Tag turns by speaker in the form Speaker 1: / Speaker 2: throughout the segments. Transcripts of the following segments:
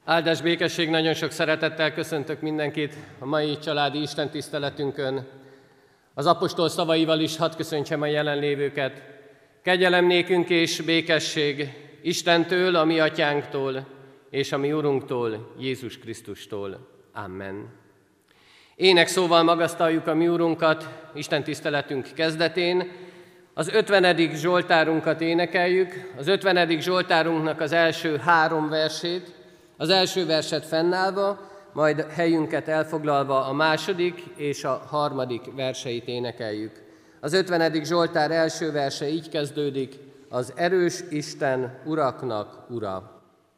Speaker 1: Áldás békesség, nagyon sok szeretettel köszöntök mindenkit a mai családi istentiszteletünkön. Az apostol szavaival is hadd köszöntsem a jelenlévőket. Kegyelem nékünk és békesség Istentől, a mi atyánktól, és a mi Urunktól, Jézus Krisztustól. Amen. Énekszóval magasztaljuk a mi Urunkat istentiszteletünk kezdetén. Az 50. Zsoltárunkat énekeljük, az 50. Zsoltárunknak az első 3 versét, az első verset fennállva, majd helyünket elfoglalva a második és a 3. verseit énekeljük. Az 50. Zsoltár első verse így kezdődik: az erős Isten uraknak ura.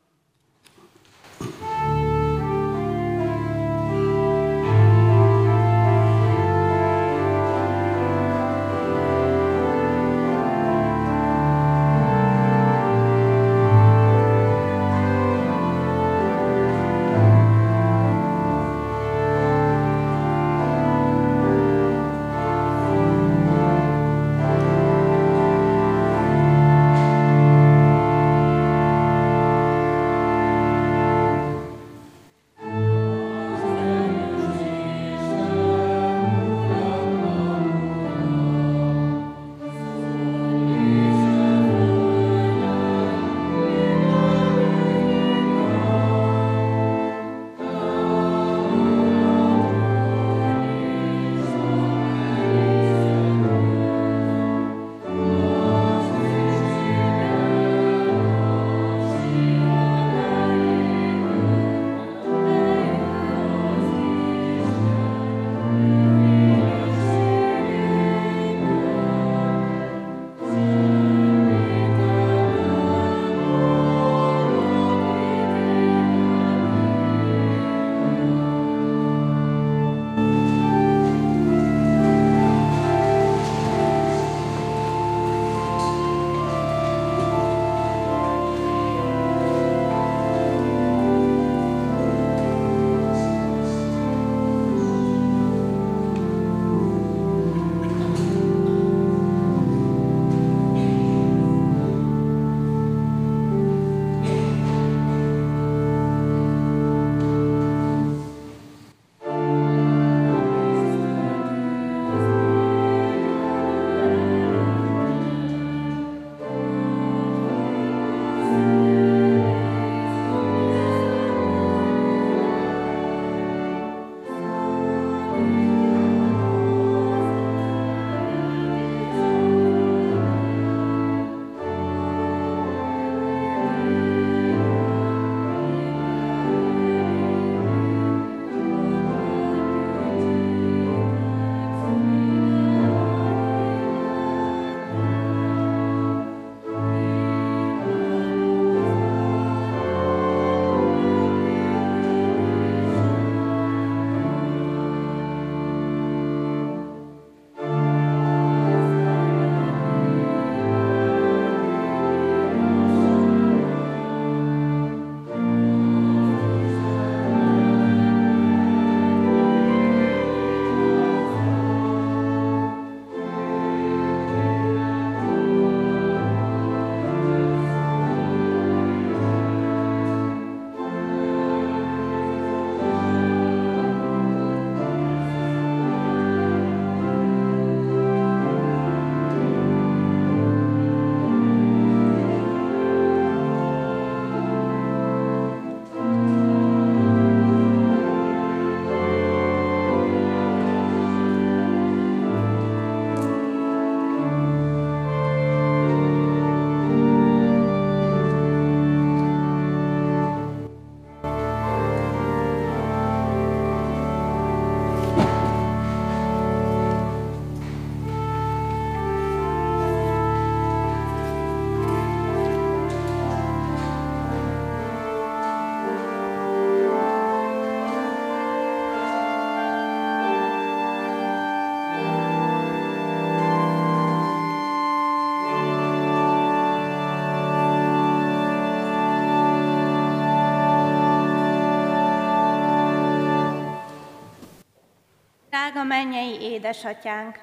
Speaker 2: Drága mennyei édesatyánk,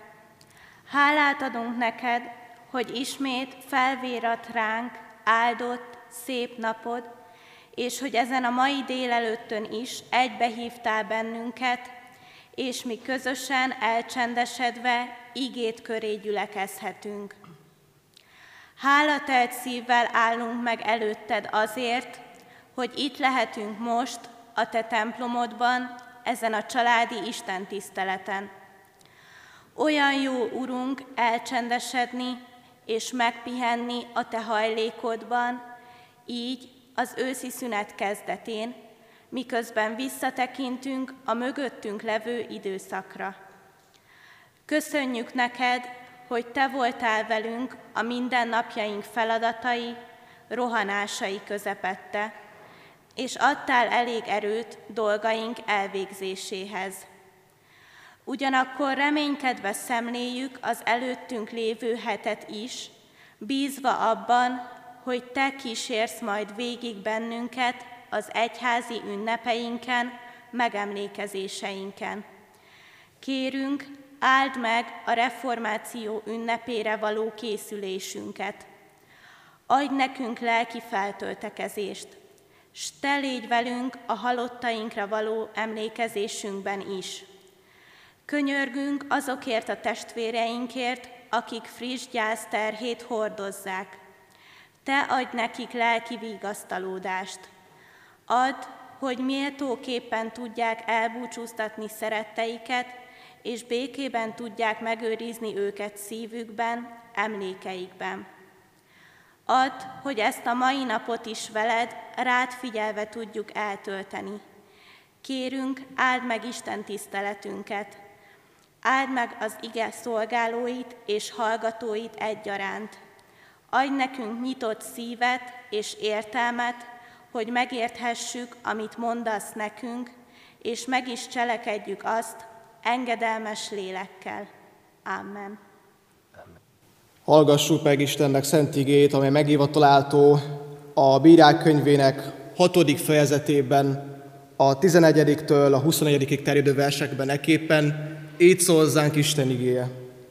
Speaker 2: hálát adunk neked, hogy ismét felvérat ránk áldott, szép napod, és hogy ezen a mai délelőttön is egybehívtál bennünket, és mi közösen elcsendesedve igét köré gyülekezhetünk. Hálatelt szívvel állunk meg előtted azért, hogy itt lehetünk most a te templomodban, ezen a családi istentiszteleten. Olyan jó, Urunk, elcsendesedni és megpihenni a te hajlékodban, így az őszi szünet kezdetén, miközben visszatekintünk a mögöttünk levő időszakra. Köszönjük neked, hogy te voltál velünk a mindennapjaink feladatai, rohanásai közepette, és adtál elég erőt dolgaink elvégzéséhez. Ugyanakkor reménykedve szemléljük az előttünk lévő hetet is, bízva abban, hogy te kísérsz majd végig bennünket az egyházi ünnepeinken, megemlékezéseinken. Kérünk, áld meg a reformáció ünnepére való készülésünket. Adj nekünk lelki feltöltekezést, s te légy velünk a halottainkra való emlékezésünkben is. Könyörgünk azokért a testvéreinkért, akik friss gyászterhét hordozzák. Te adj nekik lelki vigasztalódást. Add, hogy méltóképpen tudják elbúcsúztatni szeretteiket, és békében tudják megőrizni őket szívükben, emlékeikben. Add, hogy ezt a mai napot is veled, rád figyelve tudjuk eltölteni. Kérünk, áld meg Isten tiszteletünket. Áld meg az ige szolgálóit és hallgatóit egyaránt. Adj nekünk nyitott szívet és értelmet, hogy megérthessük, amit mondasz nekünk, és meg is cselekedjük azt engedelmes lélekkel. Amen.
Speaker 3: Hallgassuk meg Istennek szent igéjét, amely meghivataláltó a Bírák könyvének 6. fejezetében, a 11-től a 21. terjedő versekben ekképpen, így szól hozzánk Isten igéje.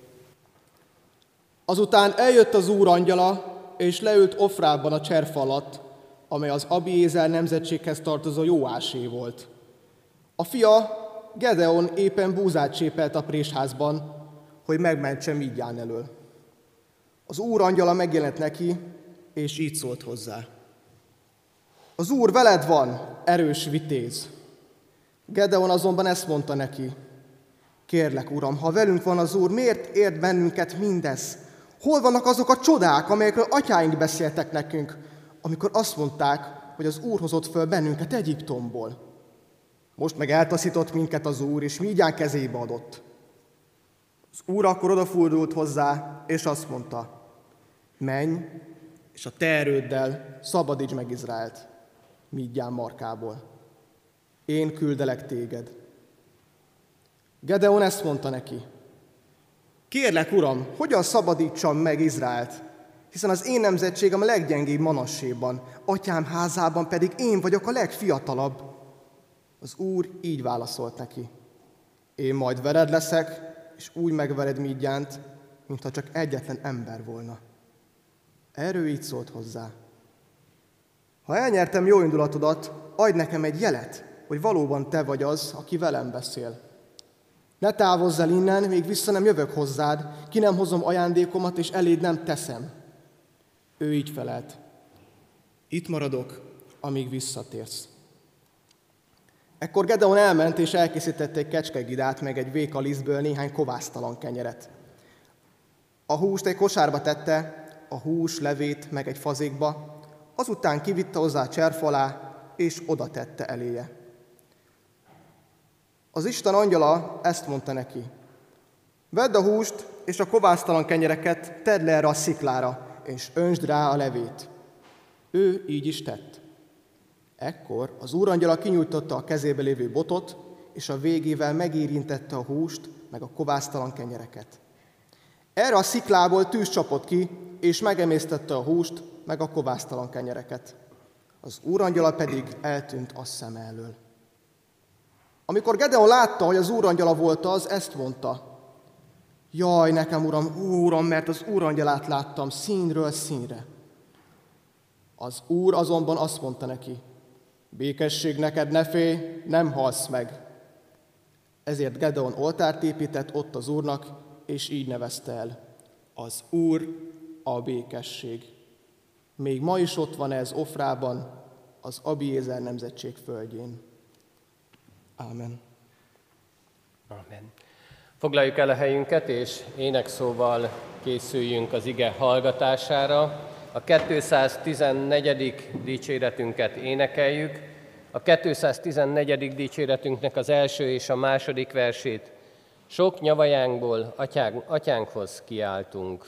Speaker 3: Azután eljött az Úr angyala, és leült Ofrában a cserfa alatt, amely az Abiézer nemzetséghez tartozó Jóásé volt. A fia, Gedeon éppen búzát csépelt a présházban, hogy megmentse Midján elől. Az Úr angyala megjelent neki, és így szólt hozzá. Az Úr veled van, erős vitéz. Gedeon azonban ezt mondta neki. Kérlek, Uram, ha velünk van az Úr, miért ért bennünket mindez? Hol vannak azok a csodák, amelyekről atyáink beszéltek nekünk, amikor azt mondták, hogy az Úr hozott föl bennünket Egyiptomból? Most meg eltaszított minket az Úr, és Midján kezébe adott. Az Úr akkor odafordult hozzá, és azt mondta, menj, és a te erőddel szabadítsd meg Izraelt Midján markából. Én küldelek téged. Gedeon ezt mondta neki, kérlek, Uram, hogyan szabadítsam meg Izraelt? Hiszen az én nemzetségem a leggyengébb Manasséban, atyám házában pedig én vagyok a legfiatalabb. Az Úr így válaszolt neki, én majd vered leszek, és úgy megvered Midjánt, mintha csak egyetlen ember volna. Erről így szólt hozzá. Ha elnyertem jó indulatodat, adj nekem egy jelet, hogy valóban te vagy az, aki velem beszél. Ne távozz el innen, még vissza nem jövök hozzád, ki nem hozom ajándékomat, és eléd nem teszem. Ő így felelt. Itt maradok, amíg visszatérsz. Ekkor Gedeon elment, és elkészítette egy kecskegidát, meg egy véka lisztből néhány kovásztalan kenyeret. A húst egy kosárba tette, a hús levét meg egy fazékba, azután kivitte hozzá a cserf alá, és oda tette eléje. Az Isten angyala ezt mondta neki, vedd a húst és a kovásztalan kenyereket, tedd le erre a sziklára, és öntsd rá a levét. Ő így is tett. Ekkor az úrangyala kinyújtotta a kezébe lévő botot, és a végével megérintette a húst, meg a kovásztalan kenyereket. Erre a sziklából tűz csapott ki, és megemésztette a húst, meg a kovásztalan kenyereket. Az úrangyala pedig eltűnt a szeme elől. Amikor Gedeon látta, hogy az úrangyala volt az, ezt mondta. Jaj, nekem, Uram, mert az úrangyalát láttam színről színre. Az Úr azonban azt mondta neki, Békesség neked, ne félj, nem halsz meg. Ezért Gedeon oltárt épített ott az Úrnak, és így nevezte el: az Úr a békesség. Még ma is ott van ez Ofrában, az Abiézer nemzetség földjén. Ámen.
Speaker 1: Amen. Foglaljuk el a helyünket, és énekszóval készüljünk az ige hallgatására. A 214. dicséretünket énekeljük. A 214. dicséretünknek az első és a második versét: sok nyavajánkból atyánkhoz kiáltunk.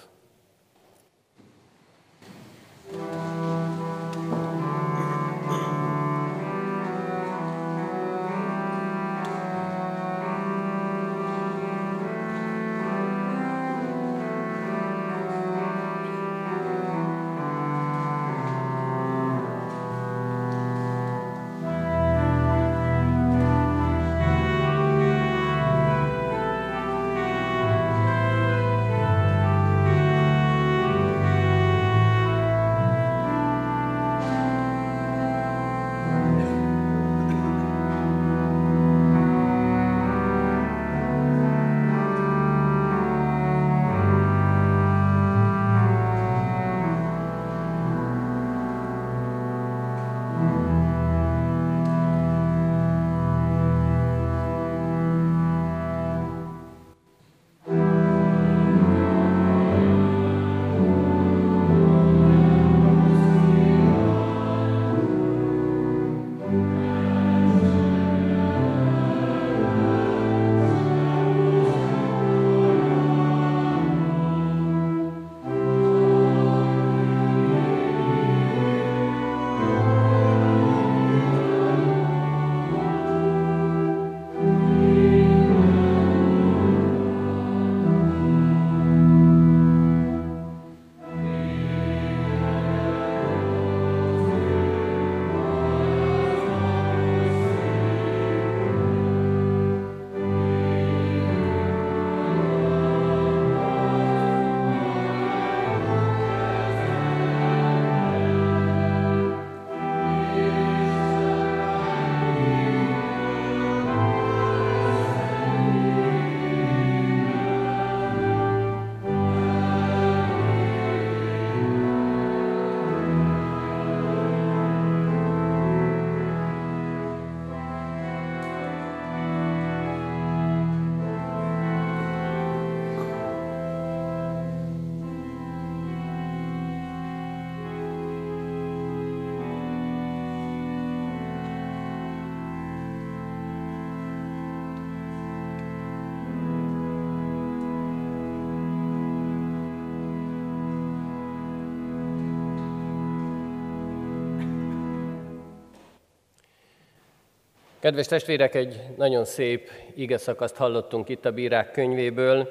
Speaker 1: Kedves testvérek, egy nagyon szép igeszakaszt hallottunk itt a Bírák könyvéből.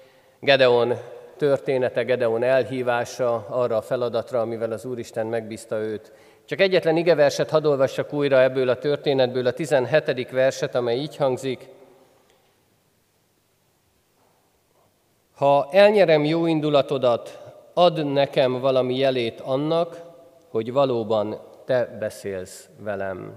Speaker 1: Gedeon története, Gedeon elhívása arra a feladatra, amivel az Úristen megbízta őt. Csak egyetlen igeverset hadd olvassak újra ebből a történetből, a 17. verset, amely így hangzik: ha elnyerem jó indulatodat, add nekem valami jelét annak, hogy valóban te beszélsz velem.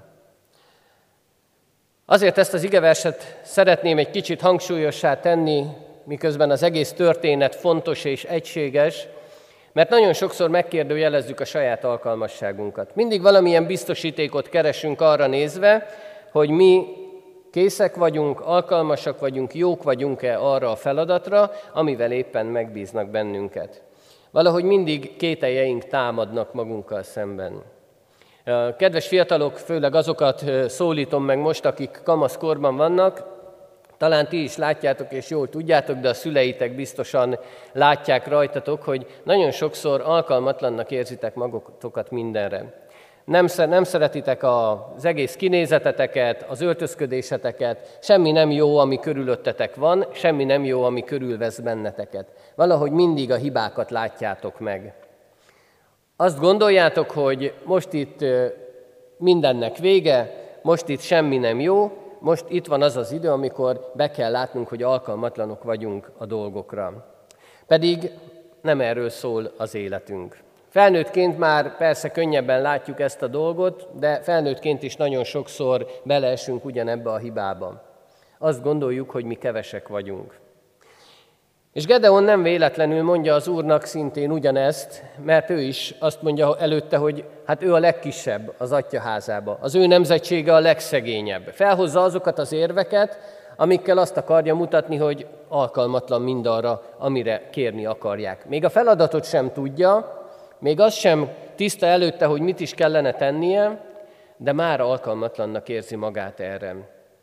Speaker 1: Azért ezt az igeverset szeretném egy kicsit hangsúlyossá tenni, miközben az egész történet fontos és egységes, mert nagyon sokszor megkérdőjelezzük a saját alkalmasságunkat. Mindig valamilyen biztosítékot keresünk arra nézve, hogy mi készek vagyunk, alkalmasak vagyunk, jók vagyunk-e arra a feladatra, amivel éppen megbíznak bennünket. Valahogy mindig kételjeink támadnak magunkkal szemben. Kedves fiatalok, főleg azokat szólítom meg most, akik kamaszkorban vannak, talán ti is látjátok és jól tudjátok, de a szüleitek biztosan látják rajtatok, hogy nagyon sokszor alkalmatlannak érzitek magatokat mindenre. Nem szeretitek az egész kinézeteteket, az öltözködéseteket, semmi nem jó, ami körülöttetek van, semmi nem jó, ami körülvesz benneteket. Valahogy mindig a hibákat látjátok meg. Azt gondoljátok, hogy most itt mindennek vége, most itt semmi nem jó, most itt van az az idő, amikor be kell látnunk, hogy alkalmatlanok vagyunk a dolgokra. Pedig nem erről szól az életünk. Felnőttként már persze könnyebben látjuk ezt a dolgot, de felnőttként is nagyon sokszor beleesünk ugyanebbe a hibába. Azt gondoljuk, hogy mi kevesek vagyunk. És Gedeon nem véletlenül mondja az Úrnak szintén ugyanezt, mert ő is azt mondja előtte, hogy hát ő a legkisebb az atyjaházába, az ő nemzetsége a legszegényebb. Felhozza azokat az érveket, amikkel azt akarja mutatni, hogy alkalmatlan mindarra, amire kérni akarják. Még a feladatot sem tudja, még az sem tiszta előtte, hogy mit is kellene tennie, de már alkalmatlannak érzi magát erre.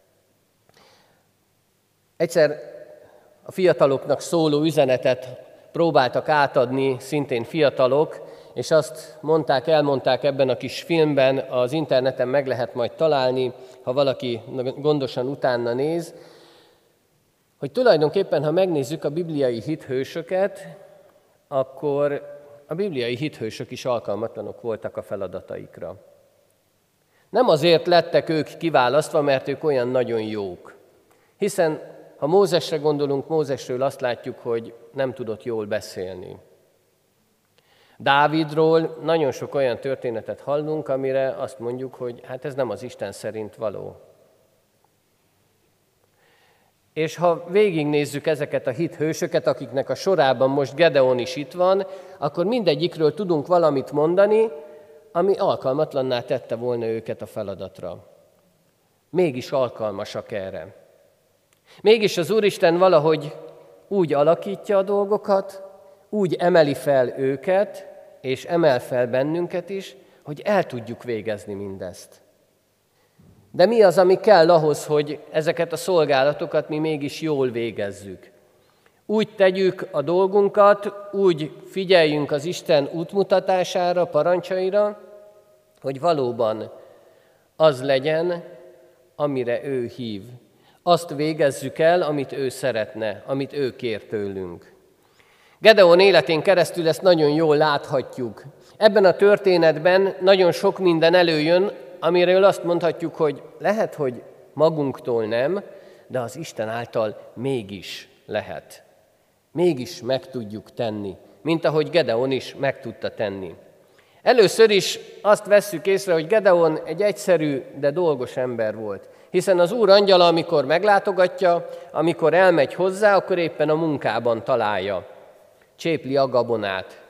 Speaker 1: Egyszer a fiataloknak szóló üzenetet próbáltak átadni, szintén fiatalok, és azt elmondták ebben a kis filmben, az interneten meg lehet majd találni, ha valaki gondosan utána néz, hogy tulajdonképpen, ha megnézzük a bibliai hithősöket, akkor a bibliai hithősök is alkalmatlanok voltak a feladataikra. Nem azért lettek ők kiválasztva, mert ők olyan nagyon jók, hiszen ha Mózesre gondolunk, Mózesről azt látjuk, hogy nem tudott jól beszélni. Dávidról nagyon sok olyan történetet hallunk, amire azt mondjuk, hogy hát ez nem az Isten szerint való. És ha végignézzük ezeket a hithősöket, akiknek a sorában most Gedeon is itt van, akkor mindegyikről tudunk valamit mondani, ami alkalmatlanná tette volna őket a feladatra. Mégis alkalmasak erre. Mégis az Úristen valahogy úgy alakítja a dolgokat, úgy emeli fel őket, és emel fel bennünket is, hogy el tudjuk végezni mindezt. De mi az, ami kell ahhoz, hogy ezeket a szolgálatokat mi mégis jól végezzük? Úgy tegyük a dolgunkat, úgy figyeljünk az Isten útmutatására, parancsaira, hogy valóban az legyen, amire ő hív. Azt végezzük el, amit ő szeretne, amit ő kér tőlünk. Gedeon életén keresztül ezt nagyon jól láthatjuk. Ebben a történetben nagyon sok minden előjön, amiről azt mondhatjuk, hogy lehet, hogy magunktól nem, de az Isten által mégis lehet. Mégis meg tudjuk tenni, mint ahogy Gedeon is meg tudta tenni. Először is azt vesszük észre, hogy Gedeon egy egyszerű, de dolgos ember volt. Hiszen az Úr angyala, amikor meglátogatja, amikor elmegy hozzá, akkor éppen a munkában találja. Csépli a gabonát.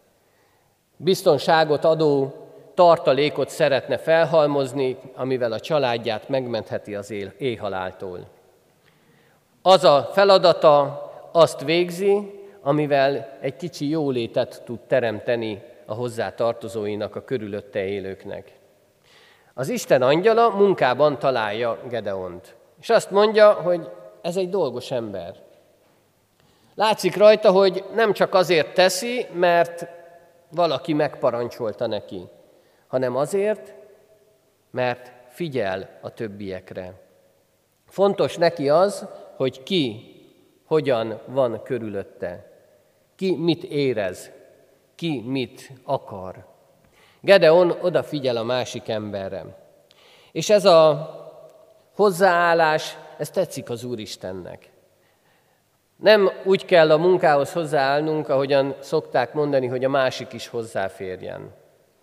Speaker 1: Biztonságot adó tartalékot szeretne felhalmozni, amivel a családját megmentheti az éhhaláltól. Az a feladata, azt végzi, amivel egy kicsi jólétet tud teremteni a hozzá tartozóinak, a körülötte élőknek. Az Isten angyala munkában találja Gedeont, és azt mondja, hogy ez egy dolgos ember. Látszik rajta, hogy nem csak azért teszi, mert valaki megparancsolta neki, hanem azért, mert figyel a többiekre. Fontos neki az, hogy ki hogyan van körülötte, ki mit érez, ki mit akar. Gedeon odafigyel a másik emberre. És ez a hozzáállás, ez tetszik az Úristennek. Nem úgy kell a munkához hozzáállnunk, ahogyan szokták mondani, hogy a másik is hozzáférjen,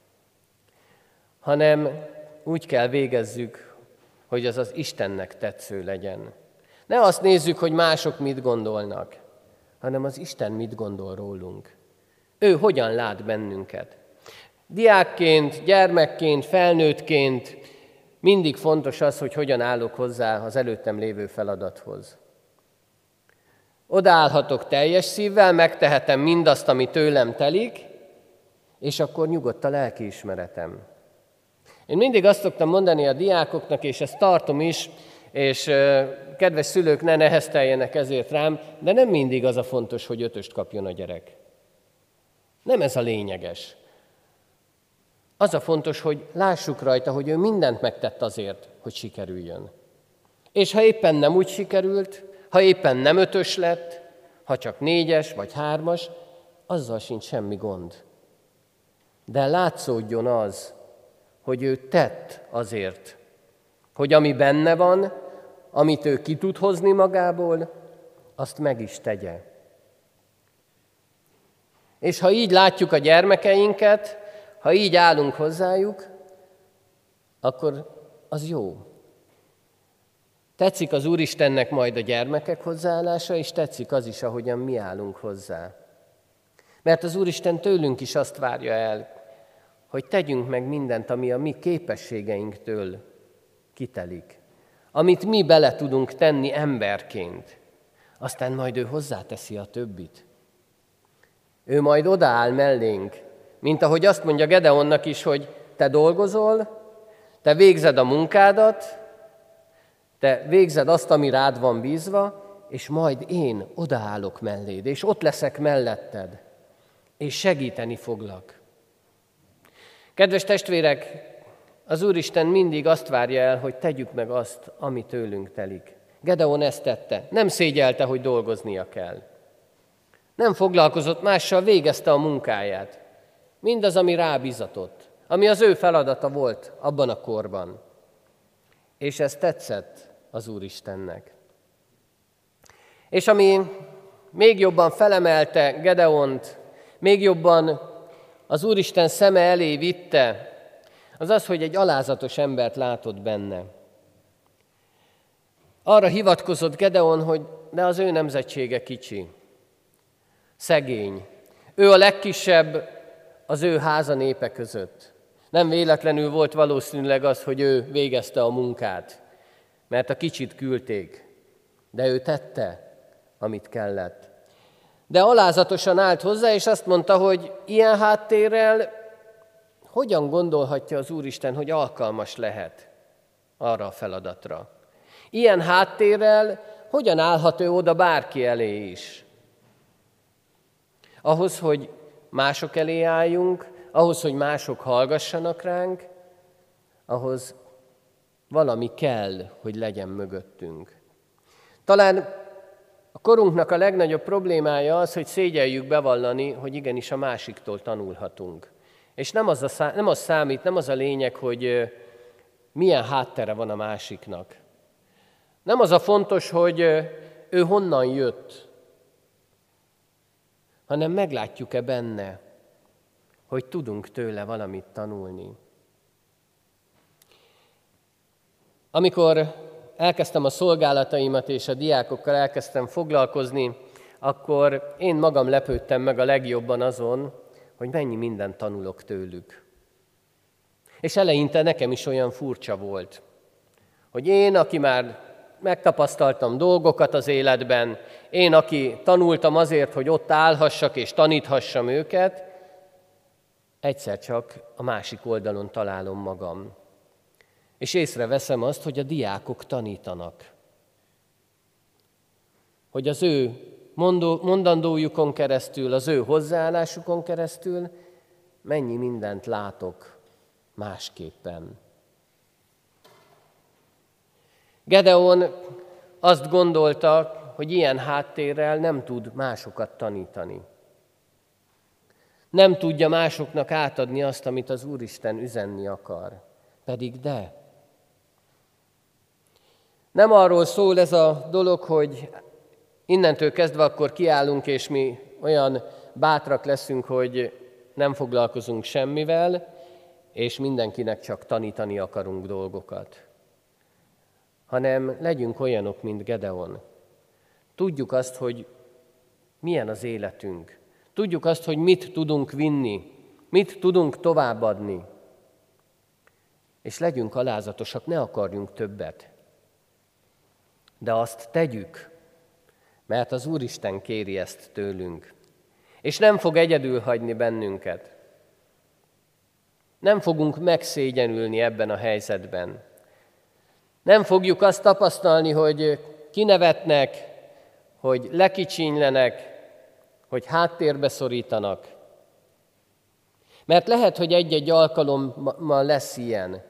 Speaker 1: hanem úgy kell végezzük, hogy az az Istennek tetsző legyen. Ne azt nézzük, hogy mások mit gondolnak, hanem az Isten mit gondol rólunk. Ő hogyan lát bennünket. Diákként, gyermekként, felnőttként mindig fontos az, hogy hogyan állok hozzá az előttem lévő feladathoz. Odaállhatok teljes szívvel, megtehetem mindazt, ami tőlem telik, és akkor nyugodt a lelkiismeretem. Én mindig azt szoktam mondani a diákoknak, és ezt tartom is, és kedves szülők, ne nehezteljenek ezért rám, de nem mindig az a fontos, hogy 5-öst kapjon a gyerek. Nem ez a lényeges. Az a fontos, hogy lássuk rajta, hogy ő mindent megtett azért, hogy sikerüljön. És ha éppen nem úgy sikerült, ha éppen nem 5-ös lett, ha csak 4-es vagy 3-as, azzal sincs semmi gond. De látszódjon az, hogy ő tett azért, hogy ami benne van, amit ő ki tud hozni magából, azt meg is tegye. És ha így látjuk a gyermekeinket, ha így állunk hozzájuk, akkor az jó. Tetszik az Úristennek majd a gyermekek hozzáállása, és tetszik az is, ahogyan mi állunk hozzá. Mert az Úristen tőlünk is azt várja el, hogy tegyünk meg mindent, ami a mi képességeinktől kitelik. Amit mi bele tudunk tenni emberként, aztán majd ő hozzáteszi a többit. Ő majd odaáll mellénk, mint ahogy azt mondja Gedeonnak is, hogy te dolgozol, te végzed a munkádat, te végzed azt, ami rád van bízva, és majd én odaállok melléd, és ott leszek melletted, és segíteni foglak. Kedves testvérek, az Úristen mindig azt várja el, hogy tegyük meg azt, ami tőlünk telik. Gedeon ezt tette, nem szégyelte, hogy dolgoznia kell. Nem foglalkozott mással, végezte a munkáját. Mindaz, ami rábízatott, ami az ő feladata volt abban a korban. És ez tetszett az Úristennek. És ami még jobban felemelte Gedeont, még jobban az Úristen szeme elé vitte, az az, hogy egy alázatos embert látott benne. Arra hivatkozott Gedeon, hogy de az ő nemzetsége kicsi, szegény. Ő a legkisebb az ő háza népe között. Nem véletlenül volt valószínűleg az, hogy ő végezte a munkát, mert a kicsit küldték, de ő tette, amit kellett. De alázatosan állt hozzá, és azt mondta, hogy ilyen háttérrel hogyan gondolhatja az Úristen, hogy alkalmas lehet arra a feladatra. Ilyen háttérrel hogyan állhat ő oda bárki elé is? Ahhoz, hogy mások elé álljunk, ahhoz, hogy mások hallgassanak ránk, ahhoz valami kell, hogy legyen mögöttünk. Talán a korunknak a legnagyobb problémája az, hogy szégyeljük bevallani, hogy igenis a másiktól tanulhatunk. És nem az számít, nem az a lényeg, hogy milyen háttere van a másiknak. Nem az a fontos, hogy ő honnan jött, hanem meglátjuk-e benne, hogy tudunk tőle valamit tanulni. Amikor elkezdtem a szolgálataimat, és a diákokkal elkezdtem foglalkozni, akkor én magam lepődtem meg a legjobban azon, hogy mennyi mindent tanulok tőlük. És eleinte nekem is olyan furcsa volt, hogy én, aki már megtapasztaltam dolgokat az életben, én, aki tanultam azért, hogy ott állhassak és taníthassam őket, egyszer csak a másik oldalon találom magam. És észreveszem azt, hogy a diákok tanítanak. Hogy az ő mondandójukon keresztül, az ő hozzáállásukon keresztül mennyi mindent látok másképpen. Gedeon azt gondolta, hogy ilyen háttérrel nem tud másokat tanítani. Nem tudja másoknak átadni azt, amit az Úristen üzenni akar. Pedig de. Nem arról szól ez a dolog, hogy innentől kezdve akkor kiállunk, és mi olyan bátrak leszünk, hogy nem foglalkozunk semmivel, és mindenkinek csak tanítani akarunk dolgokat. Hanem legyünk olyanok, mint Gedeon. Tudjuk azt, hogy milyen az életünk. Tudjuk azt, hogy mit tudunk vinni, mit tudunk továbbadni. És legyünk alázatosak, ne akarjunk többet. De azt tegyük, mert az Úristen kéri ezt tőlünk. És nem fog egyedül hagyni bennünket. Nem fogunk megszégyenülni ebben a helyzetben. Nem fogjuk azt tapasztalni, hogy kinevetnek, hogy lekicsinylenek, hogy háttérbe szorítanak. Mert lehet, hogy egy-egy alkalommal lesz ilyen,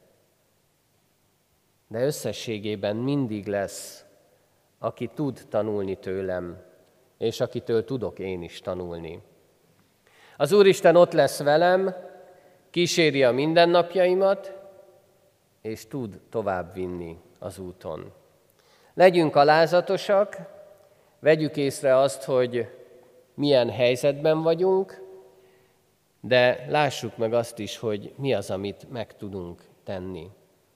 Speaker 1: de összességében mindig lesz, aki tud tanulni tőlem, és akitől tudok én is tanulni. Az Úristen ott lesz velem, kíséri a mindennapjaimat, és tud továbbvinni az úton. Legyünk alázatosak, vegyük észre azt, hogy milyen helyzetben vagyunk, de lássuk meg azt is, hogy mi az, amit meg tudunk tenni.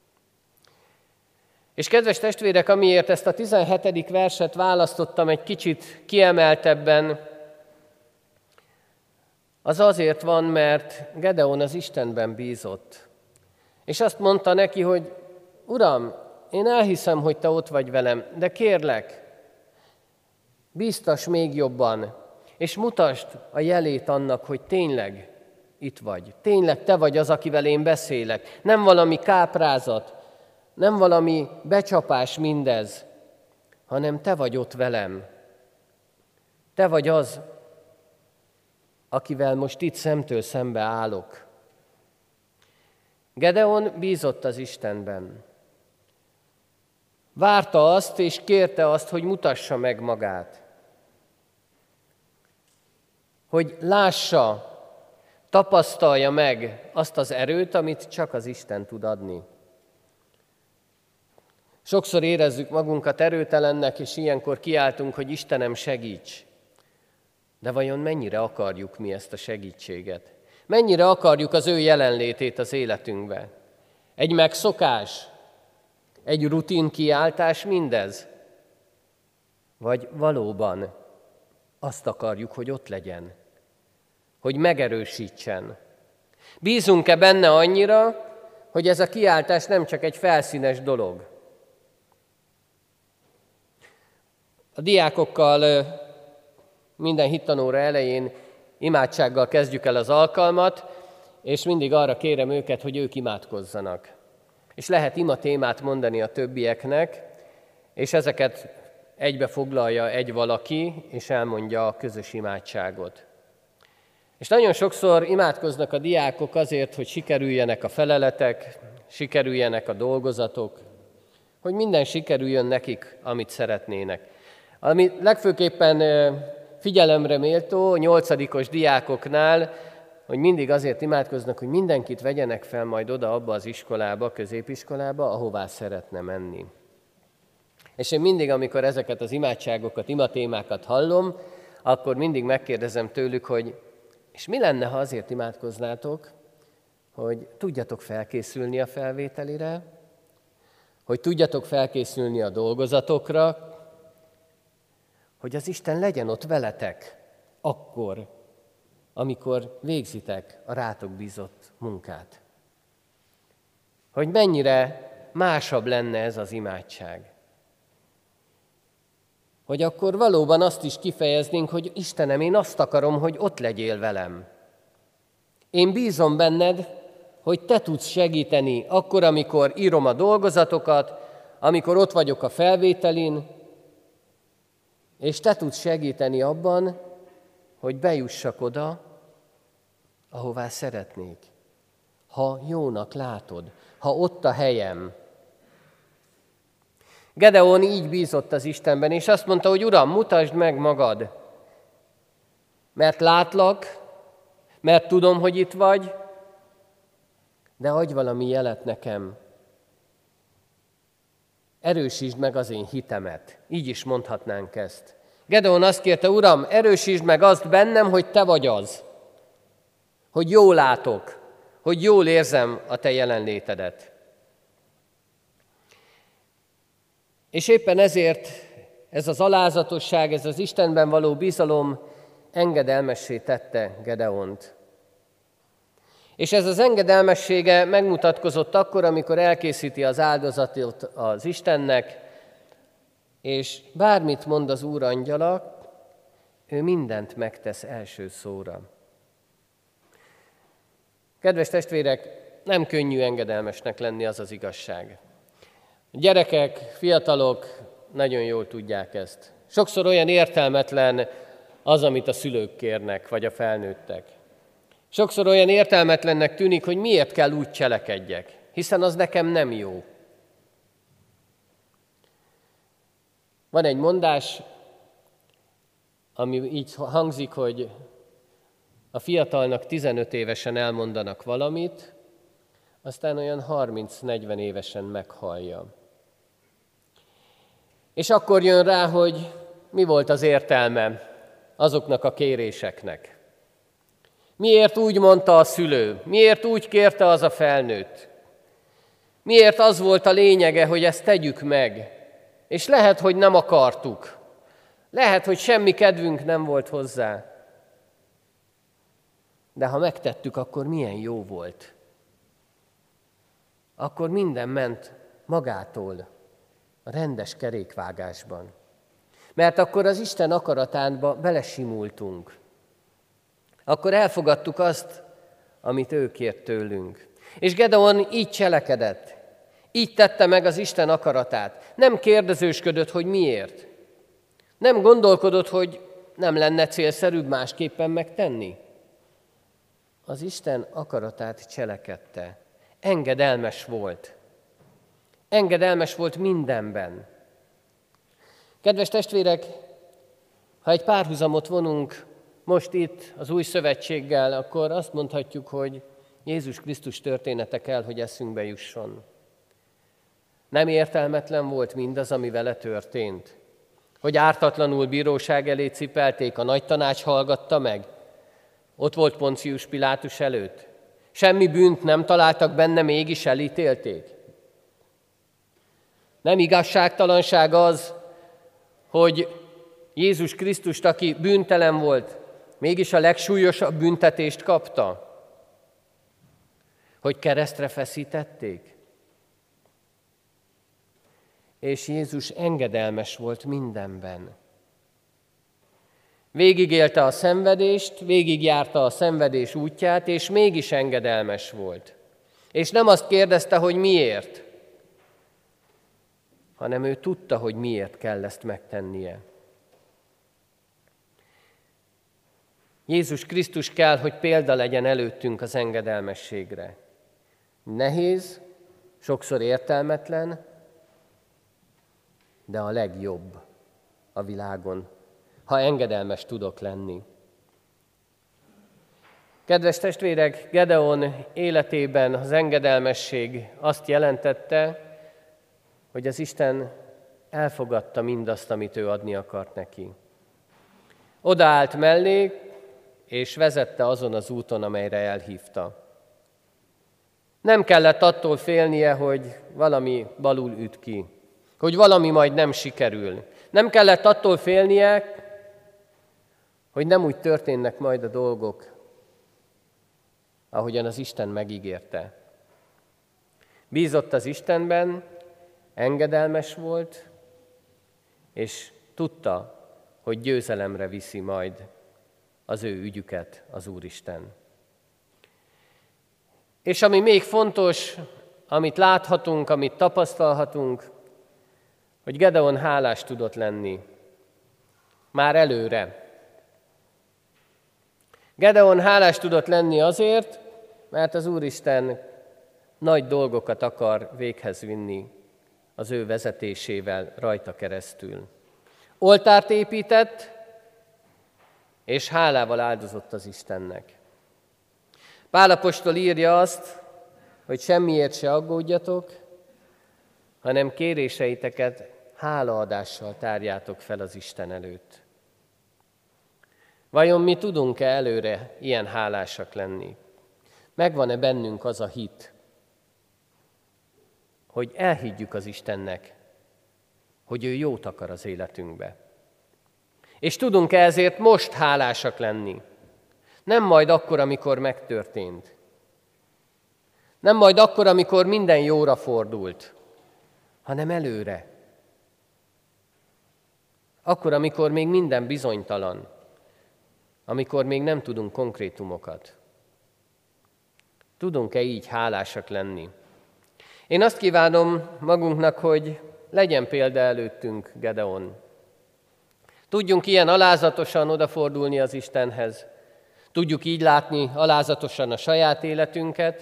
Speaker 1: És kedves testvérek, amiért ezt a 17. verset választottam egy kicsit kiemeltebben, az azért van, mert Gedeon az Istenben bízott. És azt mondta neki, hogy Uram, én elhiszem, hogy te ott vagy velem, de kérlek, bíztass még jobban, és mutasd a jelét annak, hogy tényleg itt vagy. Tényleg te vagy az, akivel én beszélek. Nem valami káprázat, nem valami becsapás mindez, hanem te vagy ott velem. Te vagy az, akivel most itt szemtől szembe állok. Gedeon bízott az Istenben. Várta azt, és kérte azt, hogy mutassa meg magát. Hogy lássa, tapasztalja meg azt az erőt, amit csak az Isten tud adni. Sokszor érezzük magunkat erőtelennek, és ilyenkor kiáltunk, hogy Istenem, segíts! De vajon mennyire akarjuk mi ezt a segítséget? Mennyire akarjuk az ő jelenlétét az életünkbe? Egy megszokás? Egy rutin kiáltás mindez? Vagy valóban azt akarjuk, hogy ott legyen? Hogy megerősítsen? Bízunk-e benne annyira, hogy ez a kiáltás nem csak egy felszínes dolog? A diákokkal minden hittanóra elején imádsággal kezdjük el az alkalmat, és mindig arra kérem őket, hogy ők imádkozzanak. És lehet imatémát mondani a többieknek, és ezeket egybe foglalja egy valaki, és elmondja a közös imádságot. És nagyon sokszor imádkoznak a diákok azért, hogy sikerüljenek a feleletek, sikerüljenek a dolgozatok, hogy minden sikerüljön nekik, amit szeretnének. Ami legfőképpen figyelemre méltó 8-os diákoknál, hogy mindig azért imádkoznak, hogy mindenkit vegyenek fel majd oda abba az iskolába, középiskolába, ahová szeretne menni. És én mindig, amikor ezeket az imádságokat, imatémákat hallom, akkor mindig megkérdezem tőlük, hogy és mi lenne, ha azért imádkoznátok, hogy tudjatok felkészülni a felvételire, hogy tudjatok felkészülni a dolgozatokra, hogy az Isten legyen ott veletek akkor, amikor végzitek a rátok bízott munkát. Hogy mennyire másabb lenne ez az imádság. Hogy akkor valóban azt is kifejeznénk, hogy Istenem, én azt akarom, hogy ott legyél velem. Én bízom benned, hogy te tudsz segíteni akkor, amikor írom a dolgozatokat, amikor ott vagyok a felvételin, és te tudsz segíteni abban, hogy bejussak oda, ahová szeretnék. Ha jónak látod, ha ott a helyem. Gedeon így bízott az Istenben, és azt mondta, hogy Uram, mutasd meg magad, mert látlak, mert tudom, hogy itt vagy, de adj valami jelet nekem. Erősítsd meg az én hitemet. Így is mondhatnánk ezt. Gedeon azt kérte, Uram, erősítsd meg azt bennem, hogy te vagy az. Hogy jól látok, hogy jól érzem a te jelenlétedet. És éppen ezért ez az alázatosság, ez az Istenben való bizalom engedelmessé tette Gedeont. És ez az engedelmessége megmutatkozott akkor, amikor elkészíti az áldozatot az Istennek, és bármit mond az Úr angyala, ő mindent megtesz első szóra. Kedves testvérek, nem könnyű engedelmesnek lenni, az az igazság. Gyerekek, fiatalok nagyon jól tudják ezt. Sokszor olyan értelmetlen az, amit a szülők kérnek, vagy a felnőttek. Sokszor olyan értelmetlennek tűnik, hogy miért kell úgy cselekedjek, hiszen az nekem nem jó. Van egy mondás, ami így hangzik, hogy a fiatalnak 15 évesen elmondanak valamit, aztán olyan 30-40 évesen meghallja. És akkor jön rá, hogy mi volt az értelme azoknak a kéréseknek. Miért úgy mondta a szülő? Miért úgy kérte az a felnőtt? Miért az volt a lényege, hogy ezt tegyük meg? És lehet, hogy nem akartuk. Lehet, hogy semmi kedvünk nem volt hozzá. De ha megtettük, akkor milyen jó volt. Akkor minden ment magától, a rendes kerékvágásban. Mert akkor az Isten akaratánba belesimultunk. Akkor elfogadtuk azt, amit ő kért tőlünk. És Gedeon így cselekedett. Így tette meg az Isten akaratát. Nem kérdezősködött, hogy miért. Nem gondolkodott, hogy nem lenne célszerűbb másképpen megtenni. Az Isten akaratát cselekedte. Engedelmes volt. Engedelmes volt mindenben. Kedves testvérek, ha egy párhuzamot vonunk most itt az új szövetséggel, akkor azt mondhatjuk, hogy Jézus Krisztus története kell, hogy eszünkbe jusson. Nem értelmetlen volt mindaz, ami vele történt? Hogy ártatlanul bíróság elé cipelték, a nagy tanács hallgatta meg? Ott volt Poncius Pilátus előtt. Semmi bűnt nem találtak benne, mégis elítélték. Nem igazságtalanság az, hogy Jézus Krisztust, aki bűntelen volt, mégis a legsúlyosabb büntetést kapta? Hogy keresztre feszítették? És Jézus engedelmes volt mindenben. Végigélte a szenvedést, végigjárta a szenvedés útját, és mégis engedelmes volt. És nem azt kérdezte, hogy miért, hanem ő tudta, hogy miért kell ezt megtennie. Jézus Krisztus kell, hogy példa legyen előttünk az engedelmességre. Nehéz, sokszor értelmetlen, de a legjobb a világon, ha engedelmes tudok lenni. Kedves testvérek, Gedeon életében az engedelmesség azt jelentette, hogy az Isten elfogadta mindazt, amit ő adni akart neki. Odaállt mellé, és vezette azon az úton, amelyre elhívta. Nem kellett attól félnie, hogy valami balul üt ki, hogy valami majd nem sikerül. Nem kellett attól félnie, hogy nem úgy történnek majd a dolgok, ahogyan az Isten megígérte. Bízott az Istenben, engedelmes volt, és tudta, hogy győzelemre viszi majd az ő ügyüket az Úristen. És ami még fontos, amit láthatunk, amit tapasztalhatunk, hogy Gedeon hálás tudott lenni. Már előre. Gedeon hálás tudott lenni azért, mert az Úristen nagy dolgokat akar véghez vinni az ő vezetésével rajta keresztül. Oltárt épített, és hálával áldozott az Istennek. Pál apostol írja azt, hogy semmiért se aggódjatok, hanem kéréseiteket hálaadással tárjátok fel az Isten előtt. Vajon mi tudunk-e előre ilyen hálásak lenni? Megvan-e bennünk az a hit, hogy elhiggyük az Istennek, hogy ő jót akar az életünkbe? És tudunk-e ezért most hálásak lenni? Nem majd akkor, amikor megtörtént. Nem majd akkor, amikor minden jóra fordult, hanem előre. Akkor, amikor még minden bizonytalan, amikor még nem tudunk konkrétumokat. Tudunk-e így hálásak lenni? Én azt kívánom magunknak, hogy legyen példa előttünk Gedeon. Tudjunk ilyen alázatosan odafordulni az Istenhez. Tudjuk így látni alázatosan a saját életünket,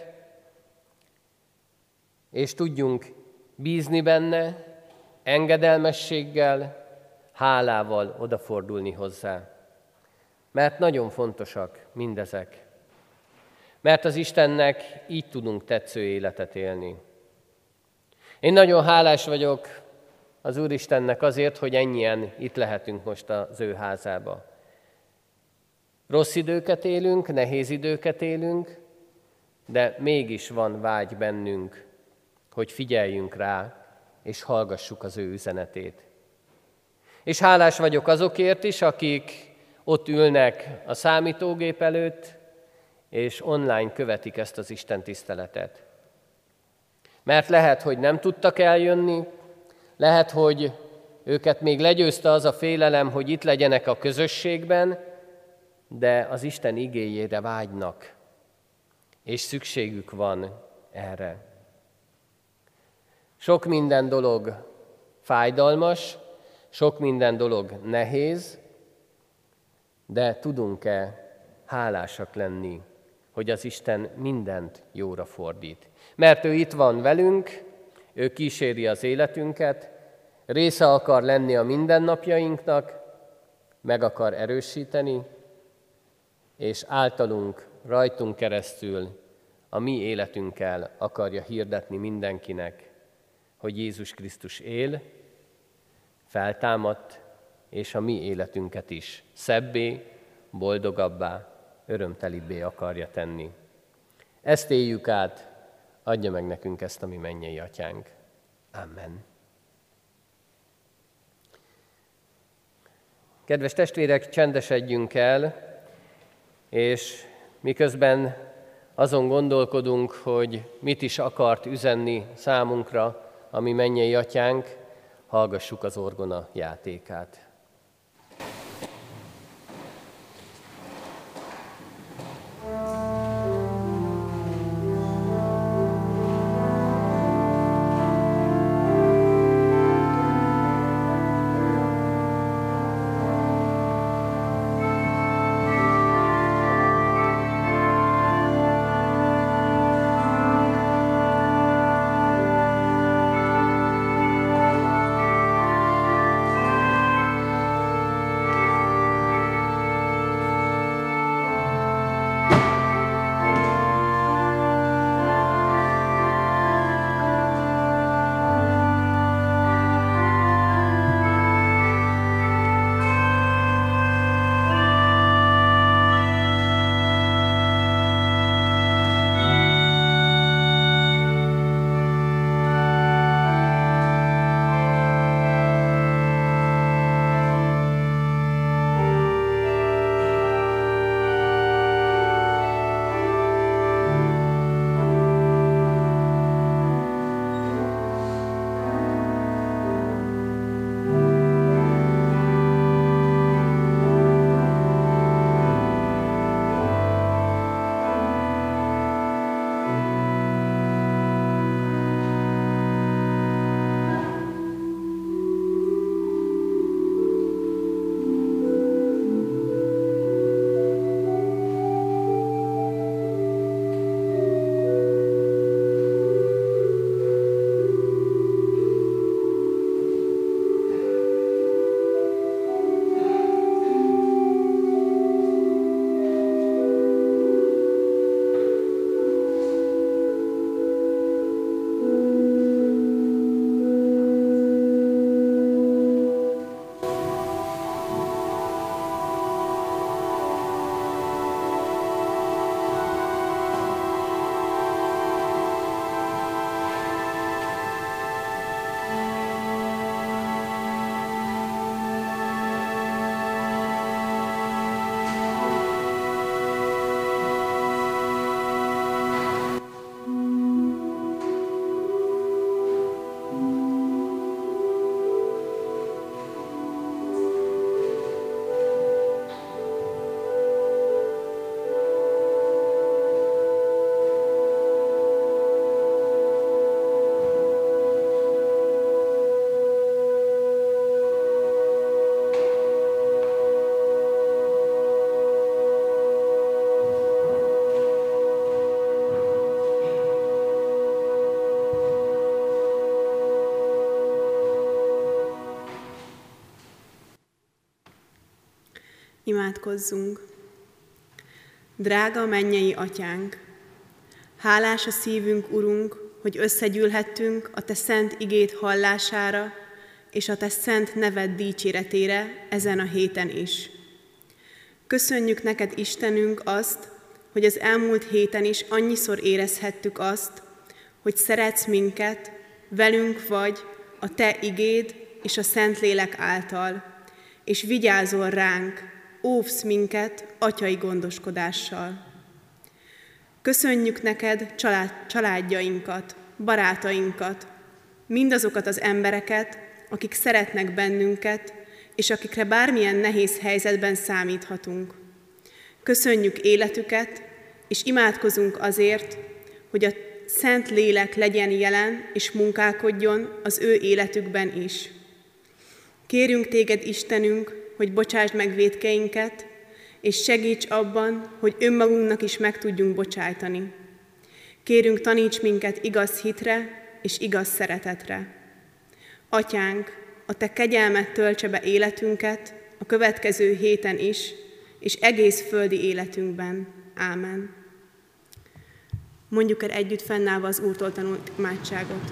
Speaker 1: és tudjunk bízni benne, engedelmességgel, hálával odafordulni hozzá. Mert nagyon fontosak mindezek. Mert az Istennek így tudunk tetsző életet élni. Én nagyon hálás vagyok az Úristennek azért, hogy ennyien itt lehetünk most az ő házába. Rossz időket élünk, nehéz időket élünk, de mégis van vágy bennünk, hogy figyeljünk rá, és hallgassuk az ő üzenetét. És hálás vagyok azokért is, akik ott ülnek a számítógép előtt, és online követik ezt az Isten tiszteletet. Mert lehet, hogy nem tudtak eljönni, lehet, hogy őket még legyőzte az a félelem, hogy itt legyenek a közösségben, de az Isten igéjére vágynak, és szükségük van erre. Sok minden dolog fájdalmas, sok minden dolog nehéz, de tudunk-e hálásak lenni, hogy az Isten mindent jóra fordít? Mert ő itt van velünk, ő kíséri az életünket, része akar lenni a mindennapjainknak, meg akar erősíteni, és általunk, rajtunk keresztül a mi életünkkel akarja hirdetni mindenkinek, hogy Jézus Krisztus él, feltámadt, és a mi életünket is szebbé, boldogabbá, örömtelibbé akarja tenni. Ezt éljük át, adja meg nekünk ezt a mi mennyei Atyánk. Amen. Kedves testvérek, csendesedjünk el, és miközben azon gondolkodunk, hogy mit is akart üzenni számunkra a mi mennyei Atyánk, hallgassuk az orgona játékát.
Speaker 4: Imádkozzunk! Drága mennyei Atyánk! Hálás a szívünk, Urunk, hogy összegyűlhettünk a Te szent igét hallására és a Te szent neved dicséretére ezen a héten is. Köszönjük neked, Istenünk, azt, hogy az elmúlt héten is annyiszor érezhettük azt, hogy szeretsz minket, velünk vagy a te igéd és a Szentlélek által, és vigyázol ránk, óvsz minket atyai gondoskodással. Köszönjük neked családjainkat, barátainkat, mindazokat az embereket, akik szeretnek bennünket, és akikre bármilyen nehéz helyzetben számíthatunk. Köszönjük életüket, és imádkozunk azért, hogy a Szent Lélek legyen jelen és munkálkodjon az ő életükben is. Kérünk téged, Istenünk, hogy bocsásd meg vétkeinket, és segíts abban, hogy önmagunknak is meg tudjunk bocsájtani. Kérünk, taníts minket igaz hitre és igaz szeretetre. Atyánk, a te kegyelmet töltse be életünket a következő héten is, és egész földi életünkben. Ámen. Mondjuk el együtt fennállva az Úrtól tanult imádságot.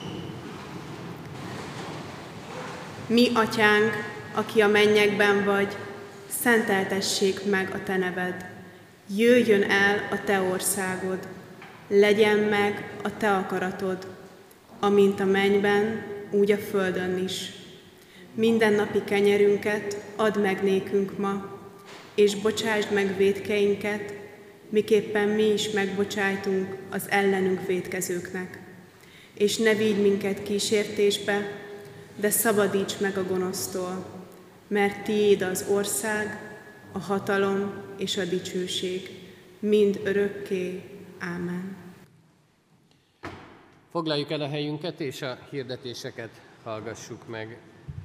Speaker 4: Mi, Atyánk, aki a mennyekben vagy, szenteltessék meg a te neved. Jöjjön el a te országod, legyen meg a te akaratod, amint a mennyben, úgy a földön is. Mindennapi kenyerünket add meg nékünk ma, és bocsásd meg vétkeinket, miképpen mi is megbocsájtunk az ellenünk vétkezőknek. És ne vigy minket kísértésbe, de szabadíts meg a gonosztól, mert tiéd az ország, a hatalom és a dicsőség, mind örökké. Ámen.
Speaker 1: Foglaljuk el a helyünket, és a hirdetéseket hallgassuk meg.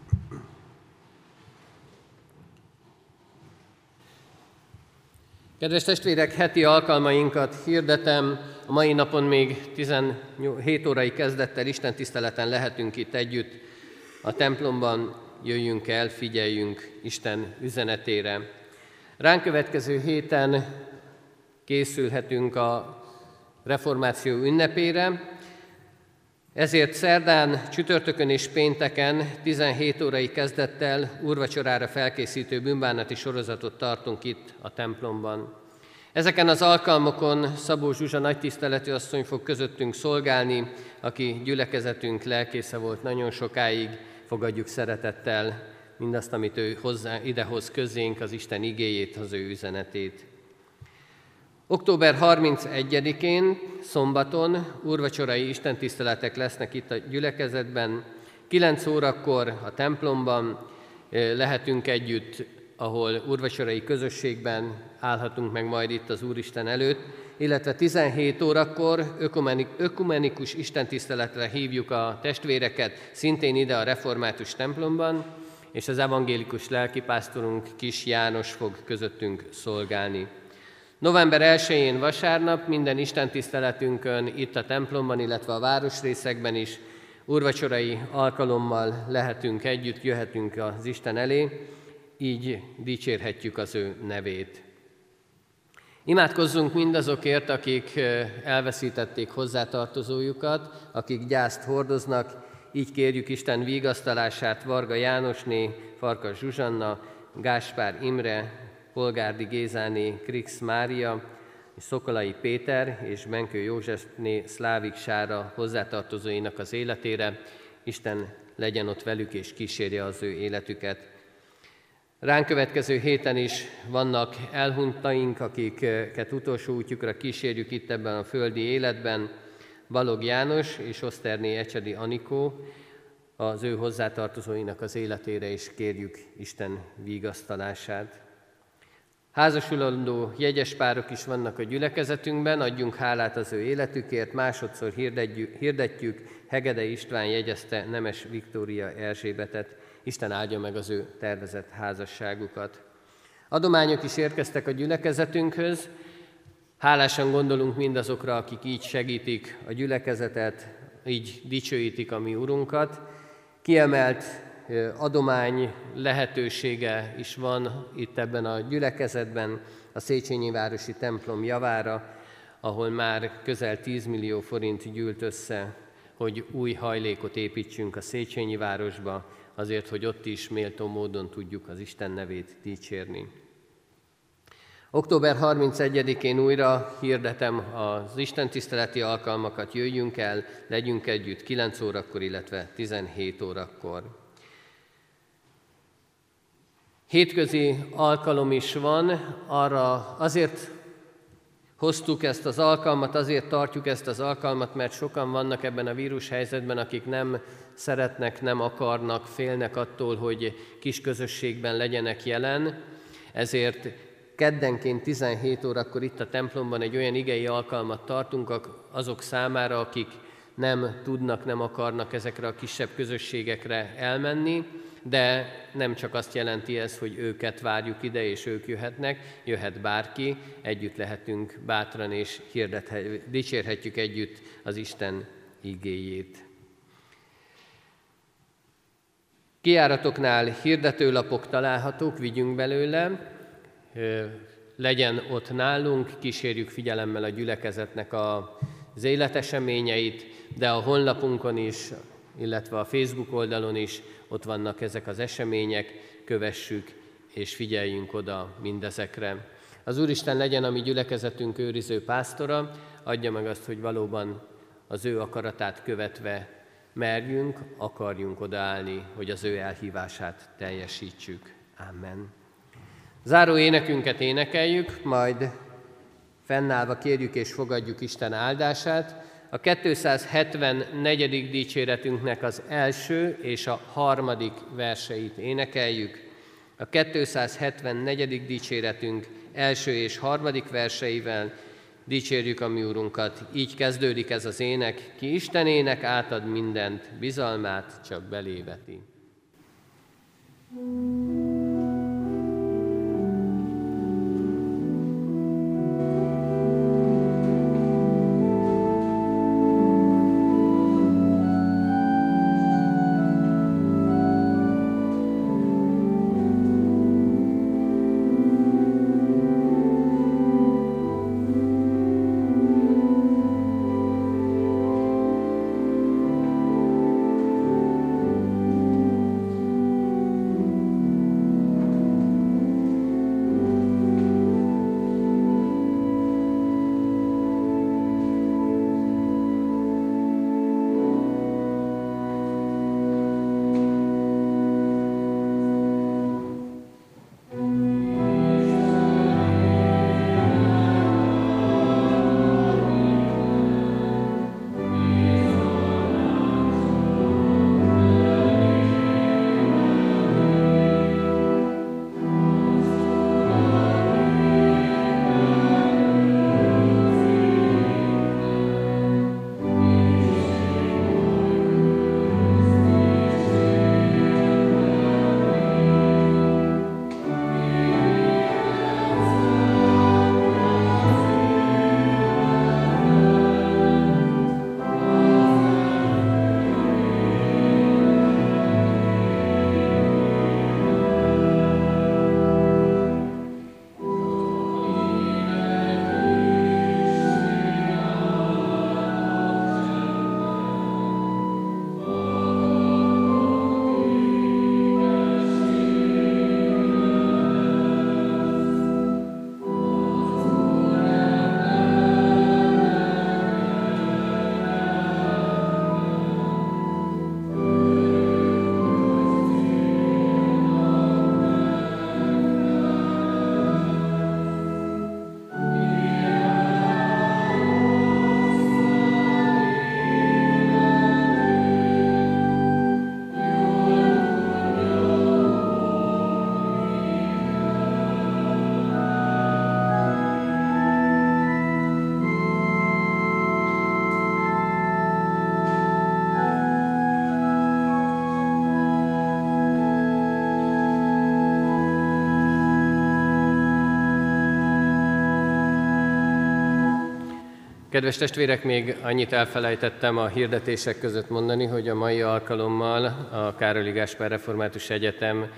Speaker 1: Kedves testvérek, heti alkalmainkat hirdetem. A mai napon még 17 órai kezdettel istentiszteleten lehetünk itt együtt a templomban. Jöjjünk el, figyeljünk Isten üzenetére. Ránk következő héten készülhetünk a reformáció ünnepére, ezért szerdán, csütörtökön és pénteken 17 órai kezdettel úrvacsorára felkészítő bűnbánati sorozatot tartunk itt a templomban. Ezeken az alkalmokon Szabó Zsuzsa nagytiszteletű asszony fog közöttünk szolgálni, aki gyülekezetünk lelkésze volt nagyon sokáig. Fogadjuk szeretettel mindazt, amit ő idehoz közénk, az Isten igéjét, az ő üzenetét. Október 31-én, szombaton úrvacsorai istentiszteletek lesznek itt a gyülekezetben. 9 órakor a templomban lehetünk együtt, ahol úrvacsorai közösségben állhatunk meg majd itt az Úristen előtt, illetve 17 órakor ökumenikus istentiszteletre hívjuk a testvéreket, szintén ide a református templomban, és az evangélikus lelkipásztorunk Kis János fog közöttünk szolgálni. November 1-én vasárnap minden istentiszteletünkön itt a templomban, illetve a városrészekben is úrvacsorai alkalommal lehetünk együtt, jöhetünk az Isten elé, így dicsérhetjük az ő nevét. Imádkozzunk mindazokért, akik elveszítették hozzátartozójukat, akik gyászt hordoznak, így kérjük Isten vigasztalását Varga Jánosné, Farkas Zsuzsanna, Gáspár Imre, Polgárdi Gézáné, Krix Mária, Szokolai Péter és Benkő Józsefné Szlávik Sára hozzátartozóinak az életére. Isten legyen ott velük és kísérje az ő életüket. Ránk következő héten is vannak elhunytaink, akiket utolsó útjukra kísérjük itt ebben a földi életben. Balog János és Oszterné Ecsedi Anikó, az ő hozzátartozóinak az életére is kérjük Isten vigasztalását. Házasulandó jegyes párok is vannak a gyülekezetünkben, adjunk hálát az ő életükért, másodszor hirdetjük, Hegede István jegyezte Nemes Viktória Erzsébetet, Isten áldja meg az ő tervezett házasságukat. Adományok is érkeztek a gyülekezetünkhöz, hálásan gondolunk mindazokra, akik így segítik a gyülekezetet, így dicsőítik a mi Urunkat. Kiemelt adomány lehetősége is van itt ebben a gyülekezetben, a Széchenyi városi templom javára, ahol már közel 10 millió forint gyűlt össze, hogy új hajlékot építsünk a Széchenyi városba, azért, hogy ott is méltó módon tudjuk az Isten nevét dicsérni. Október 31-én újra hirdetem az istentiszteleti alkalmakat, jöjjünk el, legyünk együtt 9 órakor, illetve 17 órakor. Hétközi alkalom is van, arra azért hoztuk ezt az alkalmat, azért tartjuk ezt az alkalmat, mert sokan vannak ebben a vírushelyzetben, akik nem szeretnek, nem akarnak, félnek attól, hogy kis közösségben legyenek jelen, ezért keddenként 17 órakor itt a templomban egy olyan igei alkalmat tartunk azok számára, akik nem tudnak, nem akarnak ezekre a kisebb közösségekre elmenni, de nem csak azt jelenti ez, hogy őket várjuk ide, és ők jöhetnek, jöhet bárki, együtt lehetünk bátran, és dicsérhetjük együtt az Isten igéjét. Kijáratoknál hirdetőlapok találhatók, vigyünk belőle, legyen ott nálunk, kísérjük figyelemmel a gyülekezetnek az életeseményeit, de a honlapunkon is, illetve a Facebook oldalon is ott vannak ezek az események, kövessük és figyeljünk oda mindezekre. Az Úristen legyen a mi gyülekezetünk őriző pásztora, adja meg azt, hogy valóban az ő akaratát követve merjünk, akarjunk odaállni, hogy az ő elhívását teljesítsük. Amen. Záró énekünket énekeljük, majd fennállva kérjük és fogadjuk Isten áldását. A 274. dicséretünknek az első és a harmadik verseit énekeljük. A 274. dicséretünk első és harmadik verseivel dicsérjük a mi Úrunkat. Így kezdődik ez az ének: ki Istenének átad mindent, bizalmát csak belé veti. Kedves testvérek, még annyit elfelejtettem a hirdetések között mondani, hogy a mai alkalommal a Károly Gáspár Református Egyetem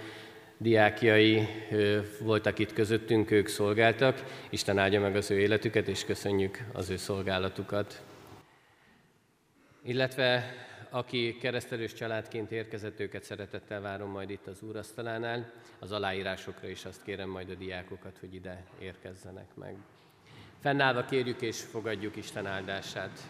Speaker 1: diákjai voltak itt közöttünk, ők szolgáltak. Isten áldja meg az ő életüket, és köszönjük az ő szolgálatukat. Illetve aki keresztelős családként érkezett, őket szeretettel várom majd itt az úrasztalánál. Az aláírásokra is azt kérem majd a diákokat, hogy ide érkezzenek meg. Fennállva kérjük és fogadjuk Isten áldását.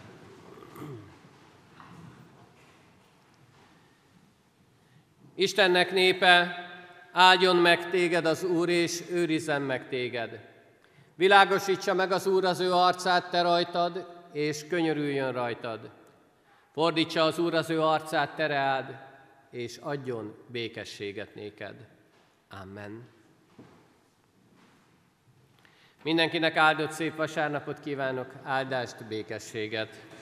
Speaker 1: Istennek népe, áldjon meg téged az Úr, és őrizzen meg téged. Világosítsa meg az Úr az ő arcát te rajtad, és könyörüljön rajtad. Fordítsa az Úr az ő arcát te reád, és adjon békességet néked. Amen. Mindenkinek áldott szép vasárnapot kívánok, áldást, békességet.